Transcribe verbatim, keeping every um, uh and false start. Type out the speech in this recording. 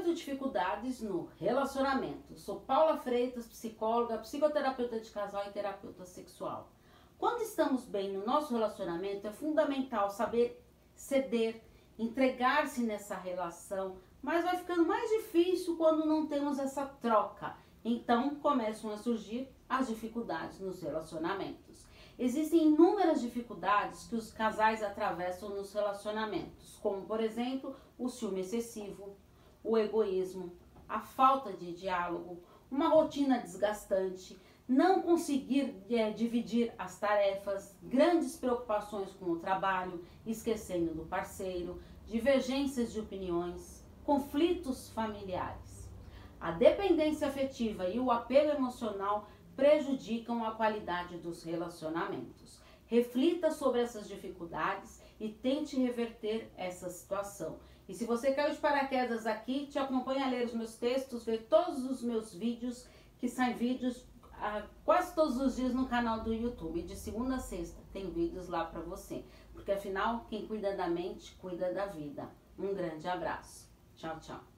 oito dificuldades no relacionamento. Sou Paula Freitas, psicóloga, psicoterapeuta de casal e terapeuta sexual. Quando estamos bem no nosso relacionamento, é fundamental saber ceder, entregar-se nessa relação, mas vai ficando mais difícil quando não temos essa troca. Então começam a surgir as dificuldades nos relacionamentos. Existem inúmeras dificuldades que os casais atravessam nos relacionamentos, como por exemplo o ciúme excessivo, o egoísmo, a falta de diálogo, uma rotina desgastante, não conseguir é, dividir as tarefas, grandes preocupações com o trabalho, esquecendo do parceiro, divergências de opiniões, conflitos familiares. A dependência afetiva e o apego emocional prejudicam a qualidade dos relacionamentos. Reflita sobre essas dificuldades e tente reverter essa situação. E se você caiu de paraquedas aqui, te acompanhe a ler os meus textos, ver todos os meus vídeos, que saem vídeos ah, quase todos os dias no canal do YouTube. De segunda a sexta tem vídeos lá para você. Porque afinal, quem cuida da mente, cuida da vida. Um grande abraço. Tchau, tchau.